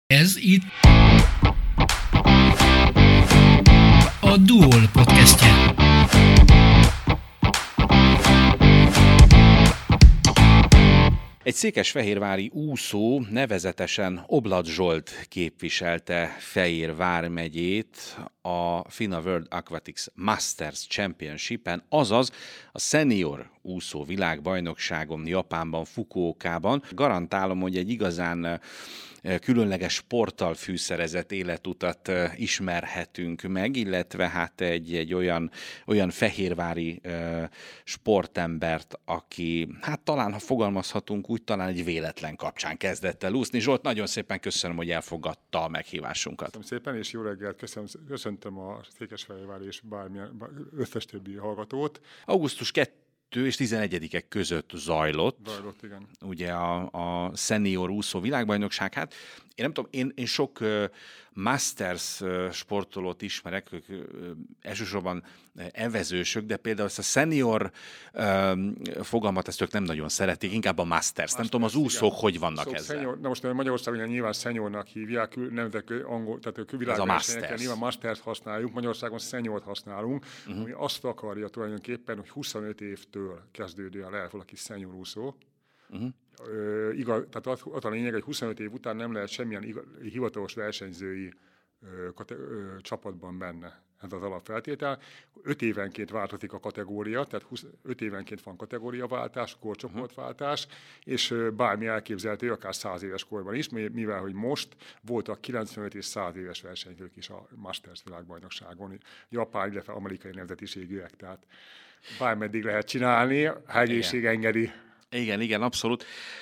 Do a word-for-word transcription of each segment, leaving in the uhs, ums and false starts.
Ez itt a Duol podcastje. Egy székesfehérvári úszó, nevezetesen Oblat Zsolt képviselte Fejér vármegyét a FINA World Aquatics Masters Championship-en, azaz a senior úszó világbajnokságon Japánban, Fukuokában. Garantálom, hogy egy igazán különleges sporttal fűszerezett életutat ismerhetünk meg, illetve hát egy, egy olyan, olyan fehérvári uh, sportembert, aki, hát talán, ha fogalmazhatunk úgy, talán egy véletlen kapcsán kezdett el úszni. Zsolt, nagyon szépen köszönöm, hogy elfogadta a meghívásunkat. Köszönöm szépen, és jó reggelt, köszönöm, köszöntöm a székesfehérvári és bármilyen összes többi hallgatót. augusztus kettő és tizenegyedike között zajlott, zajlott igen. ugye a, a senior úszó világbajnokság. Hát én nem tudom, én, én sok uh, Masters uh, sportolót ismerek, ők uh, elsősorban uh, evezősök, de például ezt a senior uh, fogalmat ezt ők nem nagyon szeretik, inkább a Masters. Masters nem tudom, az úszók igen. hogy vannak szóval ezzel? Senior, na most Magyarországon nyilván seniornak hívják, nemzetközi angol, tehát a világversenyeken nyilván Masters használjuk, Magyarországon seniort használunk, uh-huh. ami azt akarja tulajdonképpen, hogy huszonöt évtől kezdődően lehet valaki senior úszó. Uh-huh. Ö, igaz, tehát az, az a lényeg, hogy huszonöt év után nem lehet semmilyen igaz, hivatalos versenyzői ö, kate, ö, csapatban benne. Ez az alapfeltétel. öt évenként változik a kategória, tehát öt évenként van kategóriaváltás, korcsoportváltás, és bármi elképzelhető, akár száz éves korban is, mivel hogy most voltak kilencvenöt és száz éves versenyzők is a Masters világbajnokságon, japán, illetve amerikai nemzetiségűek, tehát bármeddig lehet csinálni, ha egészség engedi. Igen, igen, abszolút.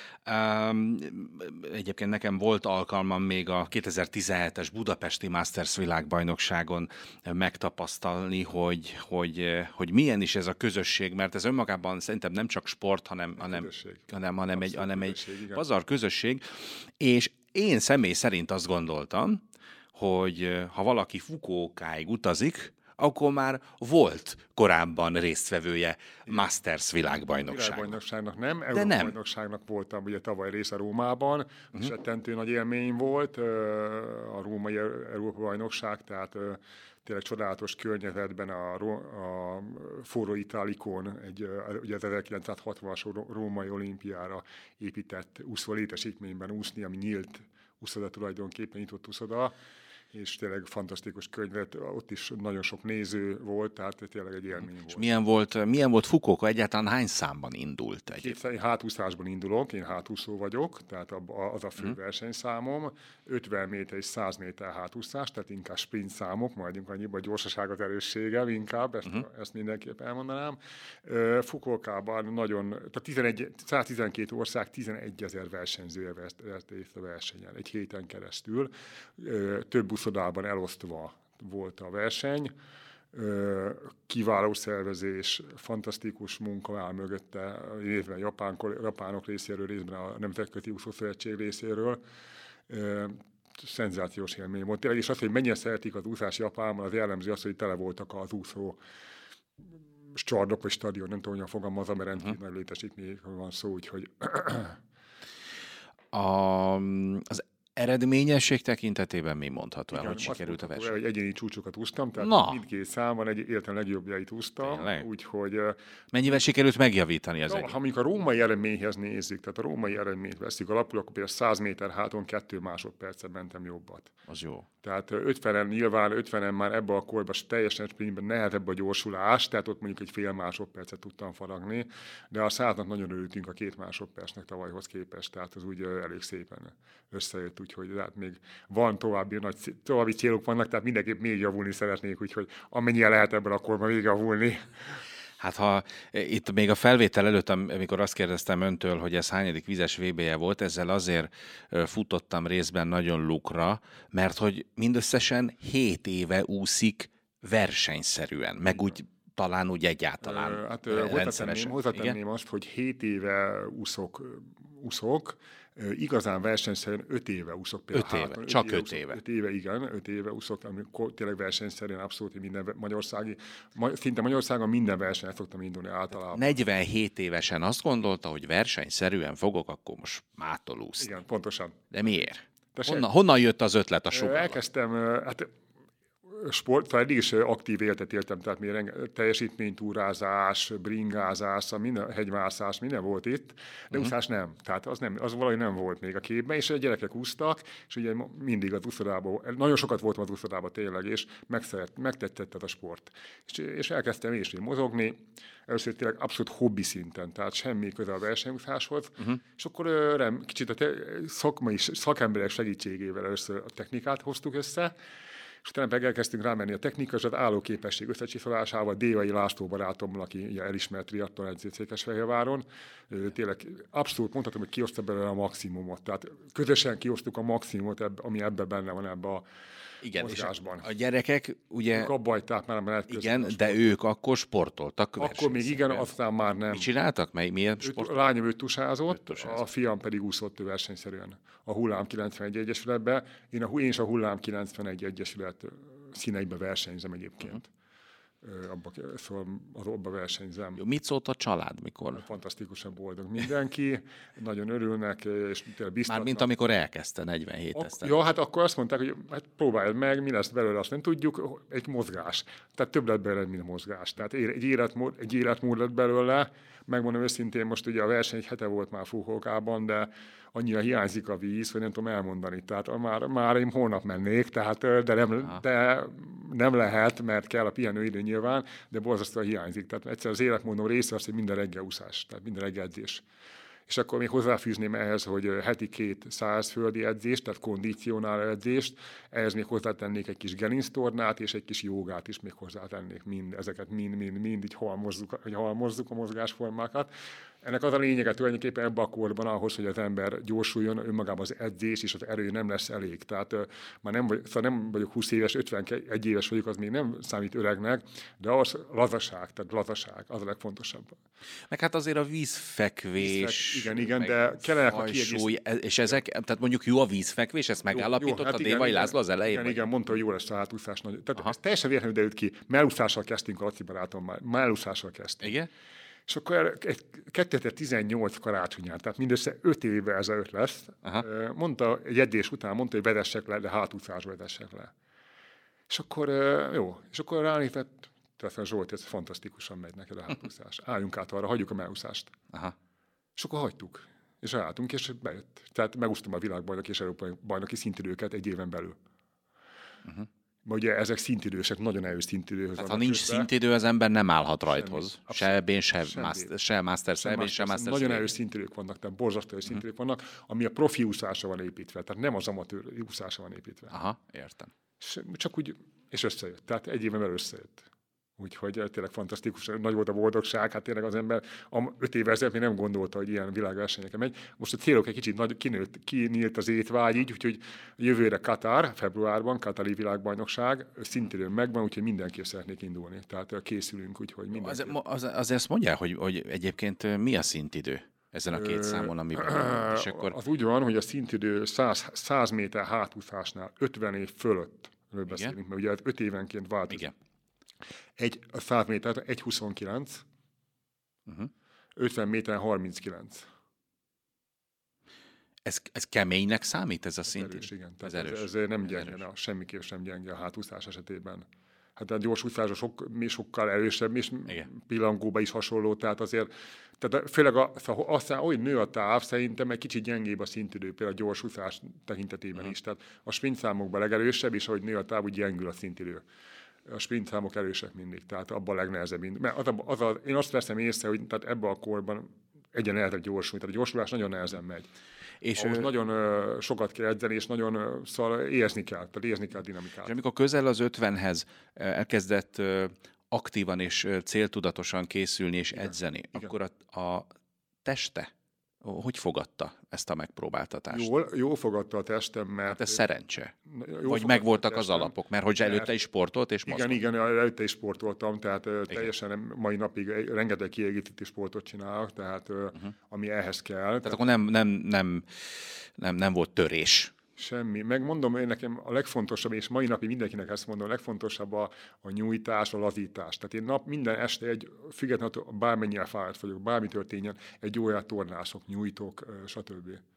Um, egyébként nekem volt alkalmam még a kétezer-tizenhetes Budapesti Masters világbajnokságon megtapasztalni, hogy, hogy, hogy milyen is ez a közösség, mert ez önmagában szerintem nem csak sport, hanem, hanem, hanem, hanem egy, hanem egy pazar közösség, és én személy szerint azt gondoltam, hogy ha valaki Fukuokáig utazik, akkor már volt korábban résztvevője Masters világbajnokságnak. Világbajnokságnak nem, Európa-bajnokságnak voltam ugye tavaly része Rómában, uh-huh. és rettentő nagy élmény volt a római Európa-bajnokság, tehát tényleg csodálatos környezetben a, a Foro Italicon, egy, ugye az ezerkilencszázhatvanas római olimpiára épített úszó létesítményben úszni, ami nyílt úszoda tulajdonképpen, nyitott úszoda, és tényleg fantasztikus környezet, ott is nagyon sok néző volt, tehát tényleg egy élmény volt. És milyen volt, milyen volt Fukuoka, egyáltalán hány számban indult? Két, én hátúszásban indulok, én hátúszó vagyok, tehát az a fő hmm. versenyszámom, ötven méter és száz méter hátúszás, tehát inkább sprint számok, majdnem annyiban gyorsaság az erősségem inkább, ezt, hmm. ezt mindenképp elmondanám. Fukuokában nagyon, tehát tizenegy, száztizenkét ország, tizenegyezer versenyzője vett részt a versenyen, egy héten keresztül, több úszodában elosztva volt a verseny, kiváló szervezés, fantasztikus munka áll mögötte, részben japán, japánok részéről, részben a Nemzetközi Úszószövetség részéről. Szenzációs élmény volt. Tényleg, és az, hogy mennyire szeretik az úszás Japánban, az jellemző az, hogy tele voltak az úszó csarnok vagy stadion, nem tudom, hogy fogalmazom, mert rendkívül nagy létesítményekről van szó, úgyhogy... a, az eredményesség tekintetében mi mondható el, hogy sikerült a verseny? Hogy egyéni csúcsokat úsztam, tehát Na. mindkét számban egy életem legjobbjait úsztam, úgyhogy... Mennyivel sikerült megjavítani az no, egész? Ha mondjuk a római eredményhez nézzük, tehát a római eredményt veszik alapul, akkor például száz méter háton kettő másodpercet mentem jobbat. Az jó. Tehát ötvenen nyilván, ötvenen már ebbe a korban teljesen sprintben nehezebb a gyorsulás, tehát ott mondjuk egy fél másodpercet tudtam faragni, de a száznak nagyon örültünk a két másodpercnek tavalyhoz képest, tehát az úgy elég szépen összejött, úgyhogy hát még van további, nagy, további célok vannak, tehát mindenképp még javulni szeretnék, úgyhogy amennyire lehet ebben a korban még javulni. Hát ha itt még a felvétel előtt, amikor azt kérdeztem öntől, hogy ez hányadik vizes vé bé-je volt, ezzel azért futottam részben nagyon lukra, mert hogy mindösszesen hét éve úszik versenyszerűen, meg úgy talán úgy egyáltalán hát, rendszeresen. Hozzátenném azt, hogy hét éve úszok, úszok igazán versenyszerűen öt éve úszok. Öt éve, háton, csak öt éve. Öt éve, igen, öt éve úszok, amikor tényleg versenyszerűen abszolút minden magyarországi, szinte Magyarországon minden versenyen szoktam indulni általában. negyvenhét évesen azt gondolta, hogy versenyszerűen fogok, akkor most mától úszni. Igen, pontosan. De miért? Honnan, honnan jött az ötlet a sugallal? Elkezdtem, hát sport, tehát eddig is aktív életet éltem, tehát mi teljesítménytúrázás, bringázás, minden, hegymászás, minden volt itt, de uh-huh. úszás nem. Tehát az, nem, az valahogy nem volt még a képben, és a gyerekek úsztak, és ugye mindig az úszodában, nagyon sokat voltam az úszodában tényleg, és megtetszett a sport. És, és elkezdtem én is mozogni, először tényleg abszolút hobbi szinten, tehát semmi köze a versenyúszáshoz, uh-huh. és akkor rem, kicsit a te, szakmai, szakemberek segítségével először a technikát hoztuk össze, és utána meg elkezdtünk rámenni a technika, és az állóképesség összecsifolásával, Dévai László barátommal, aki ugye, elismert triathlon edző Székesfehérváron. Tényleg abszolút mondhatom, hogy kioszta belőle a maximumot. Tehát közösen kiosztuk a maximumot, ami ebben benne van ebben a igen, mozgásban. A gyerekek ugye... Ők abba hagyták már, mert igen, de ők akkor sportoltak. Akkor még igen, aztán már nem. Mit csináltak? Mely, milyen sport? A lányom őt tusázott, a fiam pedig úszott versenyszerűen a Hullám kilencvenegy Egyesületbe. Én, a, én is a Hullám kilencvenegy Egyesület színeibe versenyzem egyébként. Uh-huh. Abba, szóval abba versenyzem. Jó, mit szólt a család, mikor? Fantasztikusan boldog mindenki, nagyon örülnek, és biztatnak. Mármint amikor elkezdte negyvenhét esztet. Ja, hát akkor azt mondták, hogy hát próbáld meg, mi lesz belőle, azt nem tudjuk, egy mozgás. Tehát több lett belőle, mint a mozgás. Tehát egy életmód, egy életmód lett belőle, megmondom őszintén, most ugye a verseny egy hete volt már Fukuokában, de annyira hiányzik a víz, hogy nem tudom elmondani. Tehát már, már én holnap mennék, tehát, de, nem, de nem lehet, mert kell a pihenőidő nyilván, de borzasztóan hiányzik. Tehát egyszer az életmódom része az, hogy minden reggel úszás, tehát minden reggel edzés. És akkor még hozzáfűzném ehhez, hogy heti két szárazföldi edzést, tehát kondicionáló edzést, ehhez még hozzátennék egy kis gerinctornát, és egy kis jogát is még hozzátennék. Mind, ezeket mind-mind, mind így halmozzuk, halmozzuk a mozgásformákat. Ennek az a lényege tulajdonképpen ebben a korban ahhoz, hogy az ember gyorsuljon, önmagában az edzés és az erő nem lesz elég. Tehát uh, már nem, vagy, szóval nem vagyok húsz éves, ötvenegy éves vagyok, az még nem számít öregnek, de az lazaság, tehát lazaság, az a legfontosabb. Meg hát azért a vízfekvés. Vízfek, igen, igen, de kellenek a kiegészítő. És ezek, tehát mondjuk jó a vízfekvés, ezt megállapította hát Dévai László az elején? Igen, igen, mondta, hogy jó lesz a hátúszás. Tehát ez teljesen véletlenül derült ki. Mellúszással kezdtünk a Laci barátommal. Mellúszással kezdtünk. Igen? És akkor kétezer-tizennyolc karácsonyán, tehát mindössze öt évvel ezelőtt lesz, aha. mondta, egy edzés után mondta, hogy vedessek le, de hátúszásra vedessek le. És akkor jó, és akkor ránézett, tehát Zsolt, ez fantasztikusan megy neked a hátúszás. Álljunk át arra, hagyjuk a mellúszást. Aha. És akkor hagytuk. És ráálltunk, és bejött. Tehát megúsztam a világbajnoki és európai bajnoki szintidőket egy éven belül. Uh-huh. Ma ugye ezek szintidősek, nagyon erős szintidőhöz. Hát ha nincs közben, szintidő, az ember nem állhat rajthoz. Se ebben, se, master, se Masters, se ebben, se Masters. Nagyon erős szintidők vannak, tehát borzasztó erős uh-huh. szintidők vannak, ami a profi úszásra van építve, tehát nem az amatőr úszásra van építve. Aha, értem. És csak úgy, és összejött. Tehát egy éven belül összejött. Úgyhogy tényleg fantasztikus, nagy volt a boldogság, hát tényleg az ember öt évvel ezelőtt még nem gondolta, hogy ilyen világversenyeken megy. Most a célok egy kicsit nagy, kinőtt, kinyílt az étvágy így, úgyhogy jövőre Katar, februárban, Katari világbajnokság, szintén megvan, úgyhogy mindenképp szeretnék indulni. Tehát készülünk, úgy, az, az, azért azt mondja, hogy, hogy egyébként mi a szintidő ezen a két számon, amiben és akkor... Az úgy van, hogy a szintidő száz méter hátúszásnál ötven év fölöttről beszélünk, mert ugye öt évenként változik. Igen. Egy, a száz méter egy huszonkilenc, uh-huh. ötven méter harminckilenc. Ez, ez keménynek számít ez a szint? Erős, igen. Ez, erős. Ez, ez nem gyenge, na, semmiképp sem gyenge a hátúszás esetében. Hát a gyorsúszásra sok, mi sokkal erősebb, és pillangóba is hasonló, tehát azért, tehát főleg a, aztán olyan nő a táv, szerintem egy kicsit gyengébb a szintidő, például a gyorsúszás tekintetében uh-huh. is. Tehát a sprint számokban legerősebb, és ahogy nő a táv, úgy gyengül a szintidő. A sprint számok erősek mindig, tehát abban a legnehezebb. Mert az a, az a, én azt veszem észre, hogy tehát ebben a korban egyen nehezebb gyorsulni, tehát a gyorsulás nagyon nehezen megy. És ahhoz ő... nagyon uh, sokat kell edzeni, és nagyon uh, szóval érzni kell, tehát érzni kell a dinamikát. És amikor közel az ötvenhez elkezdett uh, aktívan és uh, céltudatosan készülni és igen, edzeni, igen. akkor a, a teste hogy fogadta ezt a megpróbáltatást? Jól, jól fogadta a testem, mert... Hát ez szerencse. Vagy megvoltak az alapok, mert hogy előtte is sportolt és mozgott? Igen, igen, előtte is sportoltam, tehát igen. teljesen mai napig rengeteg kiegészítő sportot csinálok, tehát uh-huh. ami ehhez kell. Tehát, tehát akkor nem, nem, nem, nem, nem volt törés. Semmi. Megmondom, én nekem a legfontosabb, és mai napig mindenkinek ezt mondom, a legfontosabb a, a nyújtás, a lazítás. Tehát én nap minden este egy, függetlenül bármennyire fáradt vagyok, bármi történjen, egy órát tornások, nyújtok, stb.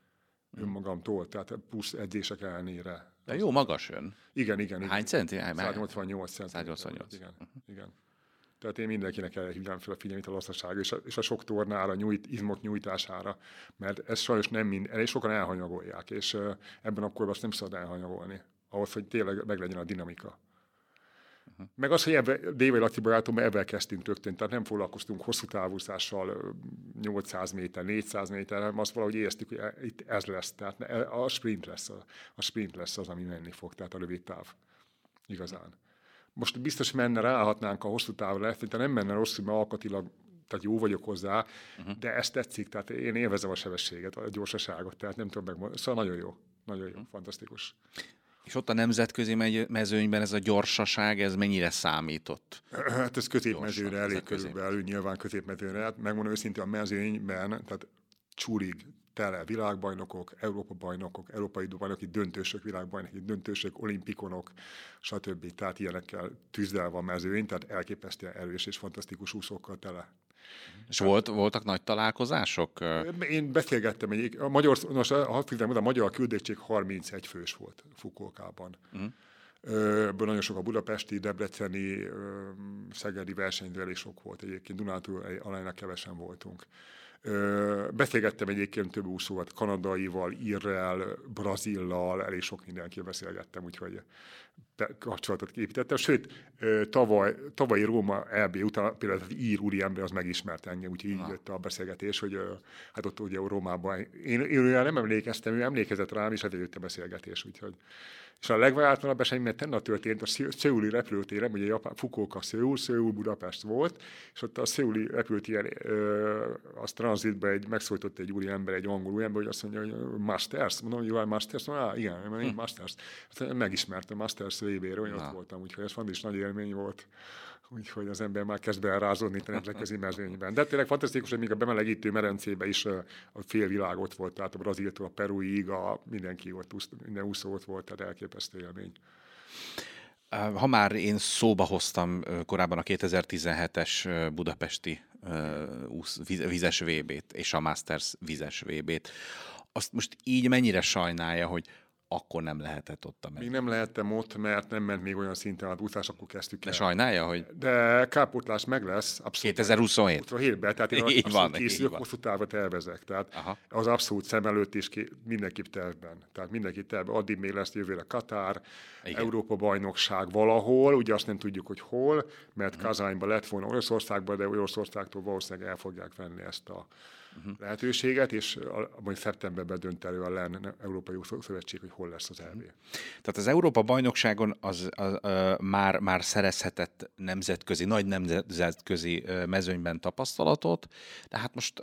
önmagamtól, tehát plusz edzések ellenére. De jó magas ön. Igen, igen. Hány centi? száznyolcvannyolc centi. száznyolcvannyolc. Igen, igen. Tehát én mindenkinek elhívnám fel a figyelmét a lasszaságra, és a, és a sok tornára, nyújt, izmok nyújtására, mert ez sajnos nem mind, elég sokan elhanyagolják, és ebben a korban azt nem szabad elhanyagolni, ahhoz, hogy tényleg meglegyen a dinamika. Uh-huh. Meg az, hogy ebbe, Dévai Laci barátomban ebben kezdtünk rögtön, tehát nem foglalkoztunk hosszú távúszással, nyolcszáz méter, négyszáz méter, hanem azt valahogy éreztük, hogy itt ez lesz, tehát a sprint lesz, a, a sprint lesz az, ami menni fog, tehát a rövid táv igazán. Most biztos menne, ráhatnánk a hosszú távra, lehet, nem menne rosszul, mert alkatilag, tehát jó vagyok hozzá, uh-huh. de ezt tetszik, tehát én élvezem a sebességet, a gyorsaságot, tehát nem tudom megmondani. Szóval nagyon jó, nagyon jó, uh-huh. fantasztikus. És ott a nemzetközi mezőnyben ez a gyorsaság, ez mennyire számított? Hát ez középmezőnyre elég körülbelül, nyilván középmezőnyre. Hát megmondom őszintén, a mezőnyben, tehát csúrig tele világbajnokok, Európa-bajnokok, európai bajnoki döntősök, világbajnoki döntősök, olimpikonok, stb. Tehát ilyenekkel tűzdelve a mezőny, tehát elképesztően erős és fantasztikus úszókkal tele. És volt, voltak nagy találkozások? Én beszélgettem egyik, a magyar, most, a magyar küldöttség harmincegy fős volt Fukuokában. Uh-huh. Ebből nagyon sok a budapesti, debreceni, szegedi versenyző elég sok volt egyébként, Dunántúl alánynak kevesen voltunk. Beszélgettem egyébként több úszóval, kanadaival, írrel, brazillal, elég sok mindenkivel beszélgettem, úgyhogy kapcsolatot építettem. Sőt, tavaly, tavalyi Róma é bé után például az ír úriember az megismert engem, úgyhogy így jött a beszélgetés, hogy hát ott ugye Rómában, én, én olyan nem emlékeztem, ő emlékezett rám, és ezért jött a beszélgetés, úgyhogy. És a legváltalabb esemény, mert tennap történt a szöuli repülőtéren, ugye Japán, Fukuoka, Szöul, Szöul, Budapest volt, és ott a szöuli repülőtéren az tranzitben egy, megszólított egy úri ember, egy angol úri ember, hogy azt mondja, hogy Masters, mondom, you are Masters, mondom, ah, igen, én Masters. Megismertem Masters vé bé-ről, hogy ott voltam, úgyhogy ez van is nagy élmény volt. Úgyhogy az ember már kezd beelrázódni a nemzetközi mezőnyben. De tényleg fantasztikus, hogy még a bemelegítő medencébe is a fél világ ott volt, tehát a Brazíliától a Peruig, a mindenki ott, minden úszó ott volt, tehát elképesztő élmény. Ha már én szóba hoztam korábban a kétezer-tizenhetes budapesti vizes vé bét és a Masters vizes vé bét, azt most így mennyire sajnálja, hogy akkor nem lehetett ott a mezőny. Még nem lehettem ott, mert nem ment még olyan szinten az úszás, akkor kezdtük el. De sajnálja, hogy... De kárpótlás meg lesz. kétezer-huszonhét. huszonhétben, tehát én így abszolút van, készülök, hosszú távra tervezek. Tehát aha. az abszolút szem előtt is mindenki tervben. Tehát mindenki tervben. Addig még lesz jövőre Katár, Európa-bajnokság valahol, ugye azt nem tudjuk, hogy hol, mert uh-huh. Kazányban lett volna Oroszországban, de Oroszországtól valószínűleg el fogják venni ezt a uh-huh. lehetőséget, és majd szeptemberben dönt elő a LEN, Európai Szövetség, hogy hol lesz az é bé. Uh-huh. Tehát az Európa-bajnokságon az, az, az, már, már szerezhetett nemzetközi, nagy nemzetközi mezőnyben tapasztalatot, de hát most,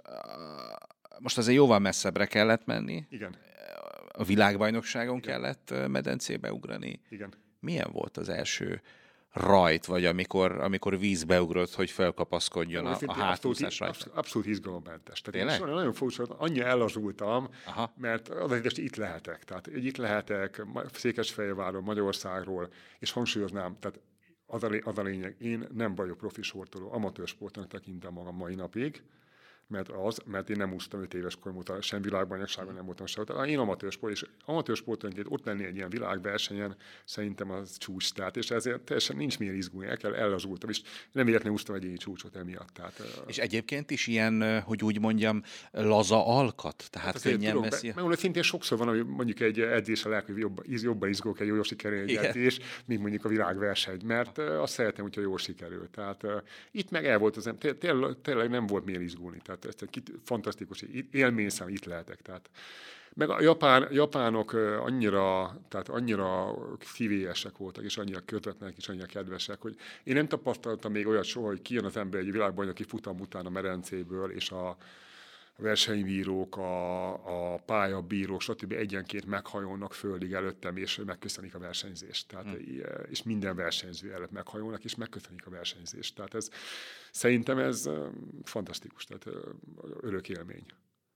most azért jóval messzebbre kellett menni. Igen. A világbajnokságon Igen. kellett medencébe ugrani. Igen. Milyen volt az első rajt, vagy amikor, amikor vízbe ugrott, hogy felkapaszkodjon a, a hátúszás rajta? Abszolút, abszolút izgalommentes. Tehát én nagyon furcsa, annyi ellazultam, Aha. mert az egyes itt lehetek. Tehát itt lehetek Székesfehérvárról, Magyarországról, és hangsúlyoznám, tehát az a, az a lényeg, én nem vagyok profi sportoló, amatőr sportnak tekintem magam mai napig, mert, az, mert én nem úsztam öt éves korom óta, sem világbajnokságon nem voltam se. Én amatőr sport, és amatőr sportonként ott lenni egy ilyen világversenyen szerintem az csúcs. Tehát, és ezért teljesen nincs miért izgulni, el kell, ellazultam, és nem véletlenül úsztam egyéni csúcsot emiatt. Tehát, és egyébként is ilyen, hogy úgy mondjam, laza alkat? Tehát hát könnyen veszi? Megmondom, szintén sokszor van, hogy mondjuk egy edzésre lehet, hogy jobban, jobban izgulok egy jól sikerül egy edzés, mint mondjuk a világverseny, mert azt szeretem, hogyha jól sikerül. Tehát itt meg el volt az ember, tényleg, tényleg nem volt miért izgulni. Tehát ez egy fantasztikus élményszám, itt lehetek. Tehát. Meg a japán, japánok annyira, tehát annyira szívélyesek voltak, és annyira kötetlenek, és annyira kedvesek, hogy én nem tapasztaltam még olyat soha, hogy kijön az ember egy világbajnoki futam után a medencéből, és a versenybírók, a, a pályabírók, stb. Egyenként meghajolnak földig előttem, és megköszönik a versenyzést. Tehát, hmm. És minden versenyző előtt meghajolnak, és megköszönik a versenyzést. Tehát ez, szerintem ez fantasztikus, tehát örök élmény.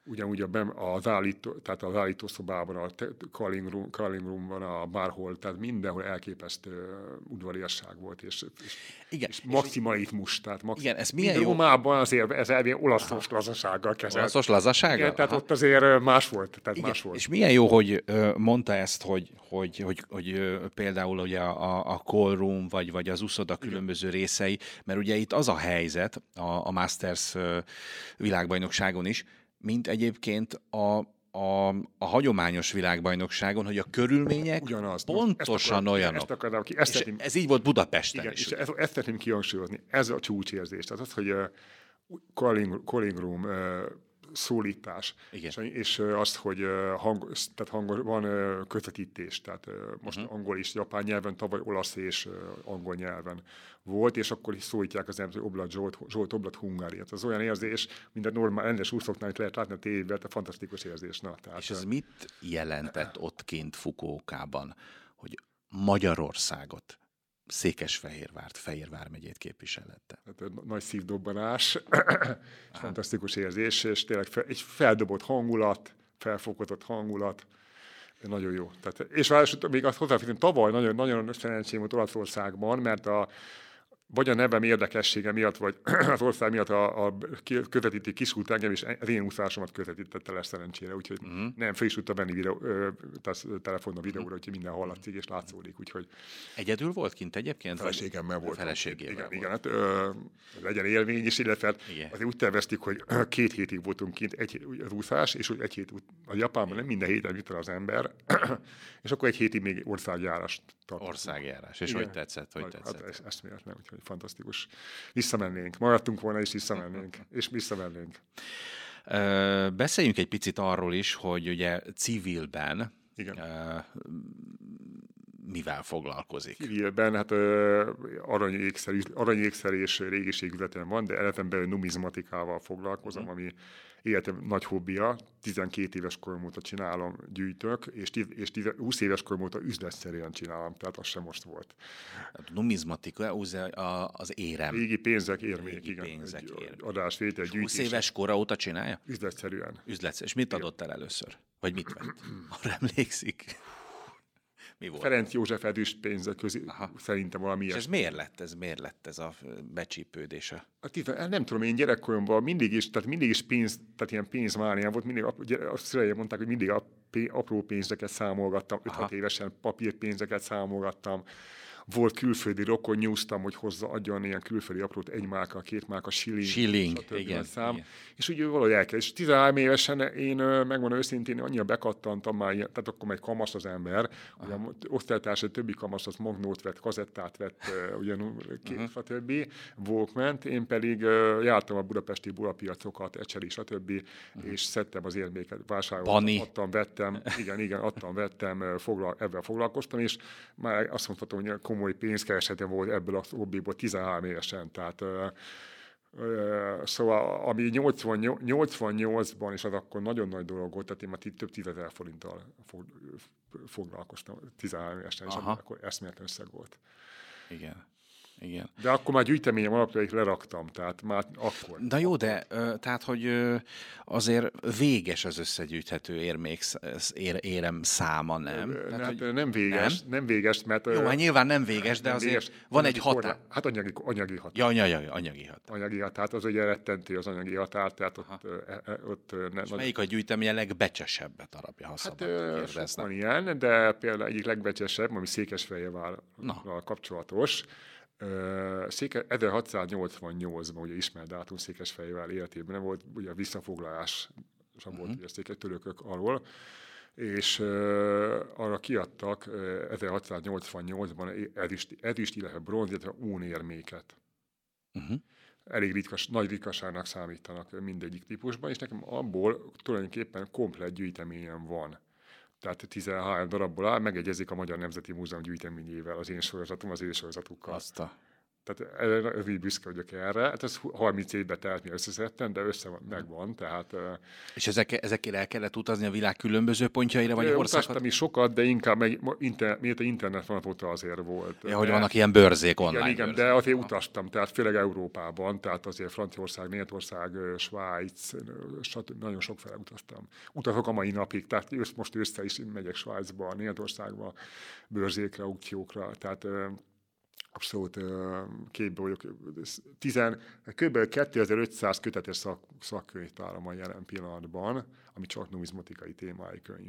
Ugyanúgy a bem, az, állító, tehát az állítószobában, a calling, room, calling roomban, a bárhol, tehát mindenhol elképesztő udvariasság volt, és, és, igen, és maximalizmus. Tehát maxim, igen, ez milyen jó. Romában azért ez elvén olaszos lazasággal kezelt. Olaszos lazasággal? Igen, tehát ott azért más volt. Tehát igen, más volt. És milyen jó, hogy uh, mondta ezt, hogy, hogy, hogy, hogy uh, például ugye a, a call room, vagy, vagy az uszoda különböző igen. részei, mert ugye itt az a helyzet a, a Masters uh, világbajnokságon is, mint egyébként a, a, a hagyományos világbajnokságon, hogy a körülmények ugyanaz, pontosan akarom, olyanok. Ezt akarom, ki, ezt szeretném, ez így volt Budapesten igen, is. És ezt, ezt szeretném kihangsúlyozni. Ez a csúcsérzés. Tehát az, hogy uh, calling, calling room uh, szólítás, és, és azt, hogy hang, tehát hang, van közvetítés, tehát most uh-huh. angol és japán nyelven, tavaly olasz és angol nyelven volt, és akkor is szólítják az ember, hogy Oblat Zsolt, Zsolt Oblat Hungária. Az olyan érzés, mint a normál rendes úszóknál itt lehet látni a tévében, a fantasztikus érzés. Na, tehát, és ez mit jelentett ott kint Fukuokában, hogy Magyarországot, Székesfehérvárt, Fejér megyét képviselette? Hát, nagy szívdobbanás, fantasztikus érzés, és tényleg fel, egy feldobott hangulat, felfokozott hangulat, nagyon jó. Tehát, és ráadásul még azt hozzáfűzöm, tavaly nagyon, nagyon szerencsém volt Olaszországban, mert a vagy a nevem érdekessége miatt, vagy az ország miatt a, a közvetítő kiszúrt engem, és az én úszásomat közvetítette le szerencsére, úgyhogy uh-huh. nem, fel is tudta venni videó, telefonon a videóra, uh-huh. úgyhogy minden hallatszik és látszódik. Úgyhogy... Egyedül volt kint egyébként? Feleségemmel volt. Feleségével igen, volt. Igen, hát, ö, legyen élmény is, illetve igen. azért úgy terveztük, hogy két hétig voltunk kint egy, az úszás, és hogy egy hét a Japánban nem minden héten jut el az ember, és akkor egy hétig még országjárást tartottunk. Országjárás, és igen. hogy tetszett? Hogy hát, tetszett? Hát ezt, ezt miért nem, úgyhogy fantasztikus. Visszamennénk. Maradtunk volna, és visszamennénk. És visszamennénk. Ö, beszéljünk egy picit arról is, hogy ugye civilben igen. Ö, mivel foglalkozik? Civilben, hát aranyékszer, aranyékszer és régiségüzletem van, de eletem belül numizmatikával foglalkozom, mm. ami életem nagy hobbija. tizenkét éves korom óta csinálom, gyűjtök, és, és húsz éves korom óta üzletszerűen csinálom, tehát az sem most volt. A numizmatika az érem. Régi pénzek, érmék, Régi igen. Pénzek, érmék. Adásvétel, gyűjtés. húsz éves kora óta csinálja? Üzletszerűen. Üzletszerűen. És mit adott el először? Vagy mit vett? Arra emlékszik? Mi volt? Ferenc József edős pénzek közé, szerintem valami és ez miért lett ez, miért lett ez a becsípődése? Hát, nem tudom, én gyerekkoromban mindig is, tehát mindig is pénz, tehát ilyen pénzmániám volt, mindig a szüleim mondták, hogy mindig apró pénzeket számolgattam, öt-hat évesen papírpénzeket számolgattam. Volt külföldi rokon, nyúztam, hogy hozza, adjon ilyen külföldi aprót, egy márka, két márka, shilling, shilling igen, szám. Igen. És úgy valahogy elkezd. És tizenhárom évesen én, megmondom őszintén, annyira bekattantam már, tehát akkor egy kamasz az ember, ugye osztálytárs, egy többi kamasz az magnót vett, kazettát vett, ugyanúgy, uh-huh. stb. Walkman-t, én pedig jártam a budapesti bulapiacokat, Ecseri, stb. Uh-huh. és szedtem az érméket, vásároltam, adtam, vettem, igen, igen, adtam, vettem, foglal, ebben foglalkoztam, és már azt mondhatom, hogy komoly pénzkeresetem volt ebből a hobbiból tizenhárom évesen, tehát uh, uh, szóval ami nyolcvannyolcban, és az akkor nagyon nagy dolog volt, tehát én már több tízezer forinttal foglalkoztam tizenhárom évesen, és akkor eszméletlen összeg volt. Igen. Igen. De akkor már gyűjteményem alapjait leraktam, tehát már akkor. Na jó, de ö, tehát, hogy ö, azért véges az összegyűjthető érmék, ér, érem száma, nem? Ö, tehát, hát, hogy nem véges, nem, nem véges, mert... Jó, hát nyilván nem véges, de azért véges, van egy határ. Hát anyagi, anyagi határ. Ja, anyagi, anyagi határ. Anyagi határ, az ugye rettentő az anyagi határ, tehát ott... E, ott ne, és melyik a gyűjtemény a legbecsesebb darabja, ha szabad hát, kérdeznem? Van ilyen, de például egyik legbecsesebb, ami Székesfehérvárral kapcsolatos. Széke, ezerhatszáznyolcvannyolcban, ugye ismert dátum Székesfehérvár életében, nem volt, ugye a visszafoglalás sem uh-huh. volt ugye székes törökök alól, és uh, arra kiadtak uh, ezerhatszáznyolcvannyolcban ezüst, ezüst, illetve bronz, illetve ónérméket. Uh-huh. Elég ritkas, nagy ritkaságnak számítanak mindegyik típusban, és nekem abból tulajdonképpen komplett gyűjteményem van. Tehát tizenhárom darabból áll, megegyezik a Magyar Nemzeti Múzeum gyűjteményével, az én sorozatom, az ő sorozatukkal. Azt a... Tehát ez így büszke vagyok erre. Hát ez harminc évbe telt, mi összeszedtem, de össze van, megvan. Tehát, és ezek, ezekért el kellett utazni a világ különböző pontjaira, vagy országokat? Utaztam is sokat, de inkább meg internet, miért a internet van ott azért volt. Ja, hogy vannak ilyen bőrzék online. Igen, igen, de azért utaztam, tehát főleg Európában, tehát azért Franciaország, Németország, Svájc, nagyon sokféle utaztam. Utazok a mai napig, tehát most össze is megyek Svájcba, Németországba, bőrzékre, aukciókra, tehát abszolút képbe vagyok. Kb. kétezer-ötszáz kötetes szak, szakkönyvtáram van jelen pillanatban, ami csak numizmatikai témájú könyv.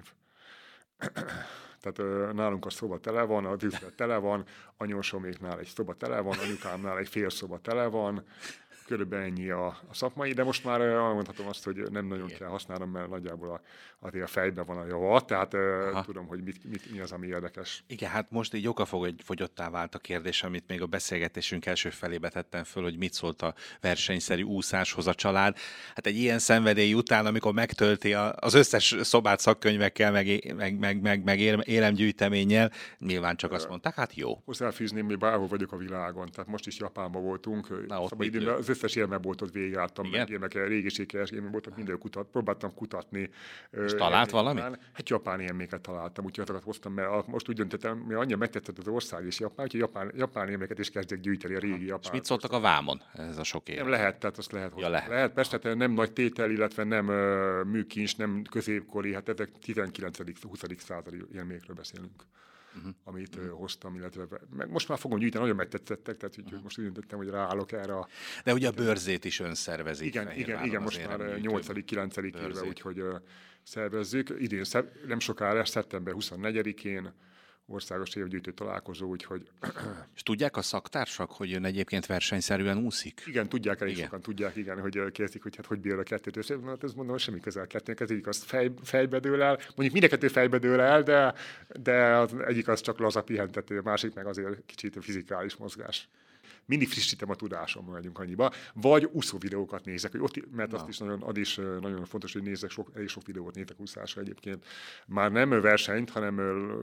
Tehát nálunk a szoba tele van, a díszlet tele van, anyósoméknál egy szoba tele van, anyukámnál egy fél szoba tele van, körülbelül ennyi a, a szakmai, de most már mondhatom azt, hogy nem nagyon kell használnom, mert nagyjából a, azért a fejben van a java, tehát Aha. tudom, hogy mit, mit, mi az, ami érdekes. Igen, hát most így okafogyottá vált a kérdés, amit még a beszélgetésünk első felébe tettem föl, hogy mit szólt a versenyszerű úszáshoz a család. Hát egy ilyen szenvedély után, amikor megtölti az összes szobát szakkönyvekkel, meg, meg, meg, meg, meg élemgyűjteménnyel, nyilván csak azt mondták, hát jó. Hozzáfűzném, hogy bárhol vagyok a világon, tehát most is Japánban voltunk. Na, ott összes élmebboltot végigjártam, meg élmekkel, régiséges élmebboltot, minden kutat, próbáltam kutatni. És talált valami? Hát japán élméket találtam, úgyhogy azokat hoztam, mert most úgy döntöttem, mert annyira megtetszett az ország és Japán, hogy japán, japán élméket is kezdek gyűjteni, a régi japán. És mit szóltak a vámon? Ez a sok év. Nem lehet, tehát azt lehet ja, lehet. lehet. Persze, tehát nem nagy tétel, illetve nem uh, műkincs, nem középkori, hát ezek tizenkilencedik-huszadik századi élményekről beszélünk. Uh-huh. amit uh-huh. hoztam, illetve meg most már fogom gyűjteni, nagyon megtetszettek, tehát uh-huh. most úgy döntöttem, hogy ráállok erre a... De ugye a bőrzét is önszervezik. Igen, igen, igen, most már nyolcadik-kilencedik éve, úgyhogy uh, szervezzük. Idén szep- nem sokára, szeptember huszonnegyedikén országos évgyűjtő találkozó, úgyhogy... És tudják a szaktársak, hogy ön egyébként versenyszerűen úszik? Igen, tudják, elég igen. sokan tudják, igen, hogy kérdezik, hogy hát hogy bír a kettőt össze. Hát ezt mondom, hogy semmi közel kettőnek, ez egyik az fej, fejbe dől el, mondjuk mind a kettő fejbe dől el, de, de az egyik az csak laza pihentető, a másik meg azért kicsit fizikális mozgás. Mindig frissítem a tudásom, megyünk annyiba. Vagy úszó videókat nézek, hogy ott, mert Na. azt is nagyon, az is nagyon fontos, hogy nézek, sok, elég sok videót nézek úszásra egyébként. Már nem versenyt, hanem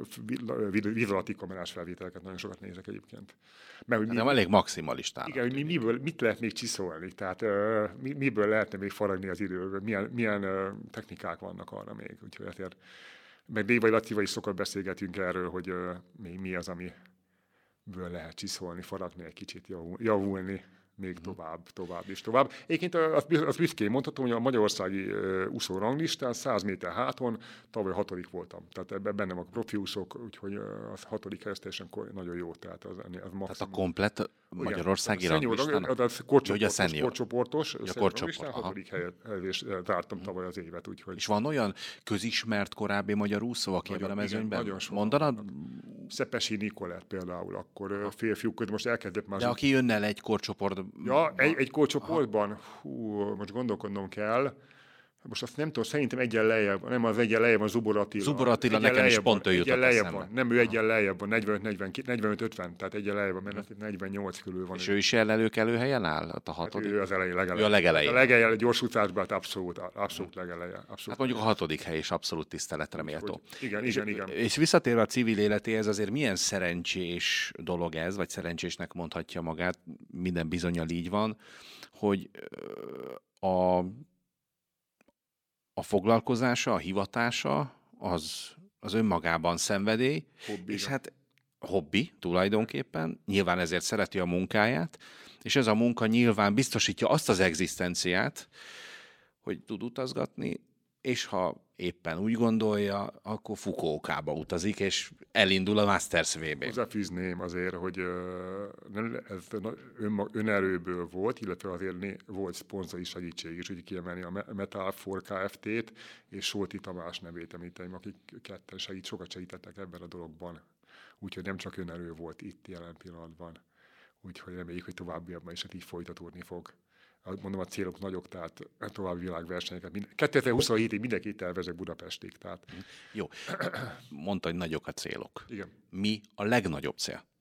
víz alatti kamerás felvételeket nagyon sokat nézek egyébként. Mert, hogy mi, elég maximalistán. Igen, hogy mi, miből, mit lehet még csiszolni, tehát uh, mi, miből lehetne még faragni az időből, milyen, milyen uh, technikák vannak arra még. Úgyhogy ezért, meg Dévai Lacival is sokat beszélgetünk erről, hogy uh, mi, mi az, ami ből lehet csiszolni, faragni egy kicsit, javul, javulni még mm. tovább, tovább és tovább. Egyébként azt, azt büszkén mondhatom, hogy a magyarországi uh, úszó ranglistán száz méter háton tavaly hatodik voltam. Tehát ebben bennem a profi úszók, úgyhogy uh, az hatodik helyez teljesen nagyon jó. Tehát, az, az maximum. Tehát a komplett magyarországi ranglistán? Az korcsoportos, a korcsoport, hatodik helyezést zártam mm. tavaly az évet. Úgyhogy. És van olyan közismert korábbi magyar úszó, aki ebben a mezőnyben? Mondanad? Szepesi Nikolett például, akkor férfiúk között most elkezdett már... De aki jönnel egy korcsoport... Ja, egy, egy korcsoportban? Hú, most gondolkodnom kell. Most azt nem tudom, szerintem egyen lejjebb, nem az egyen lejjebb, a Zubor Attila. Zubor Attila nekem is pont ő jutott eszembe. Nem, ő egyen lejjebb van, negyvenöt ötven, tehát egyen lejjebb van, mert negyvennyolc körül van. És ő is előkelő helyen áll? A hatodik? Hát ő az elején, legelején. Ő a legelején. A legelején, gyors utcásban, hát abszolút, abszolút legeleje. Abszolút. Hát mondjuk a hatodik hely is abszolút tiszteletre méltó. Igen, igen, igen. És visszatérve a civil életéhez, azért milyen szerencsés dolog ez, vagy szerencsésnek mondhatja magát, minden bizonnyal így van, hogy a A foglalkozása, a hivatása az, az önmagában szenvedély, hobbi, és hát hobbi tulajdonképpen, nyilván ezért szereti a munkáját, és ez a munka nyilván biztosítja azt az egzisztenciát, hogy tud utazgatni, és ha éppen úgy gondolja, akkor Fukuokába utazik, és elindul a Masters vé bé. Hozzáfűzném azért, hogy ez önerőből volt, illetve azért volt szponzori segítség is, hogy kiemelni a Metal for Kft-t és Solti Tamás nevét említeim, akik ketten segít, sokat segítettek ebben a dologban. Úgyhogy nem csak önerő volt itt jelen pillanatban. Úgyhogy reméljük, hogy továbbiakban is így folytatódni fog. Mondom, a célok nagyok, tehát további világversenyeket. kétezer-huszonhétig mindenki tervezek Budapestig. Tehát... Jó. Mondta, hogy nagyok a célok. Igen. Mi a legnagyobb cél?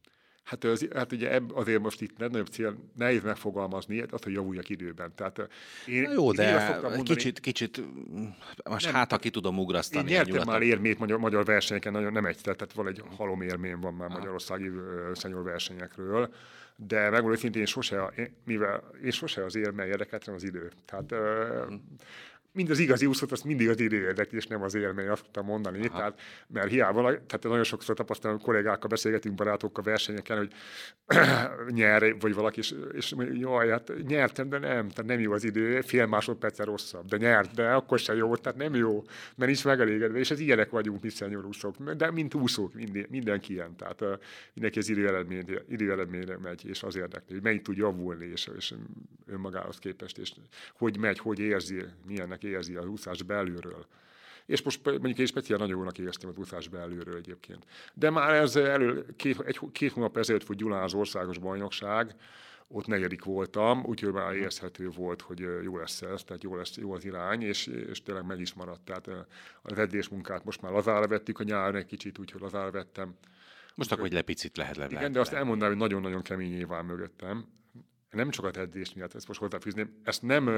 Hát, az, hát ugye ebb, azért most itt nem nagyobb cél, nehéz megfogalmazni, az, hogy javuljak időben. Tehát én, Na jó, én de mondani, kicsit, kicsit, most nem, hát, aki tudom ugrasztani. Én nyertem már érmét magyar, magyar versenyeken, nagyon nem egyszer, tehát van egy halom érmém van már Aha. magyarországi uh, senior versenyekről, de megmondom őszintén, én sose, én, mivel én sose az érmel érdekelt, hanem az idő. Tehát uh, hmm. mind az igazi úszót, azt mindig az idő érdekli, és nem az élmény, azt tudtam mondani. Tehát, mert hiába, tehát nagyon sokszor tapasztalom, kollégákkal beszélgetünk, barátokkal versenyeken, hogy nyer, vagy valaki, és, és jaj, hát nyertem, de nem, tehát nem jó az idő, fél másodperccel rosszabb, de nyert, de akkor sem jó, tehát nem jó, mert nincs megelégedve, és ez ilyenek vagyunk, mi senior úszók, de mint úszók, minden, mindenki ilyen, tehát uh, mindenki az idő eredményre, idő eredményre megy, és az érdekli, hogy mennyit tud javulni, és, és önmagához képest, és hogy megy, hogy érzi, milyennek érzi az úszás belülről. És most mondjuk én speciál nagyon jónak éreztem az úszás belülről egyébként. De már ez elő, két, egy, két hónap ezelőtt volt Gyulán az országos bajnokság, ott negyedik voltam, úgyhogy már érzhető volt, hogy jó lesz ez, tehát jó, lesz, jó az irány, és, és tényleg meg is maradt. Tehát az edzésmunkát most már lazára vettük a nyáron egy kicsit, úgyhogy lazára vettem. Most akkor, hogy le picit lehet le. Igen, de azt elmondanám, hogy nagyon-nagyon kemény év áll mögöttem. Nem csak az edzés miatt, ezt most hozzáfűzném. Ezt nem...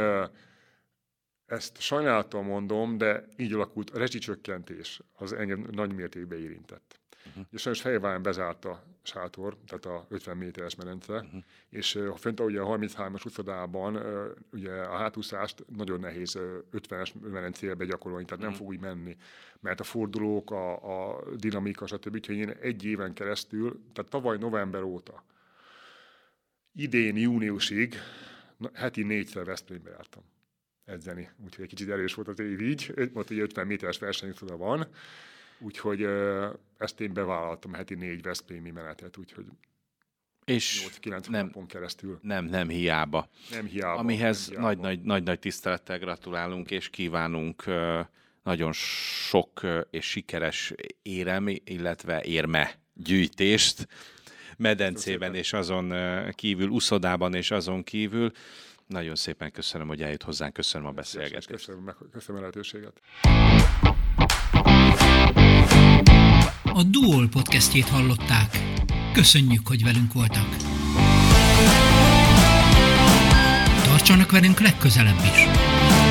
Ezt sajnálattal mondom, de így alakult, a rezsicsökkentés az engem nagy mértékben érintett. Uh-huh. És sajnos Fehérváron bezárt a sátor, tehát a ötven méteres medence, uh-huh. és ha fönt ugye a harminchármas úszodában ugye a hátúszást nagyon nehéz ötvenes medencébe gyakorolni, tehát uh-huh. nem fog úgy menni, mert a fordulók, a, a dinamika, stb. Úgyhogy én egy éven keresztül, tehát tavaly november óta, idén júniusig heti négyszer Veszprémbe jártam edzeni, úgyhogy egy kicsit erős volt az év így, ott ugye ötven méteres versenyszóda van, úgyhogy ezt én bevállaltam heti négy veszprémi menetet, úgyhogy és nyolc-kilenc hónapon keresztül. Nem, nem hiába. Nem hiába. Amihez nem nagy-nagy tisztelettel gratulálunk, és kívánunk nagyon sok és sikeres érem, illetve érme gyűjtést medencében, és azon kívül, úszodában, és azon kívül. Nagyon szépen köszönöm, hogy eljött hozzánk, köszönöm a beszélgetést. Köszönöm, köszönöm a lehetőséget. A Duol podcastjét hallották. Köszönjük, hogy velünk voltak. Tartsanak velünk legközelebb is!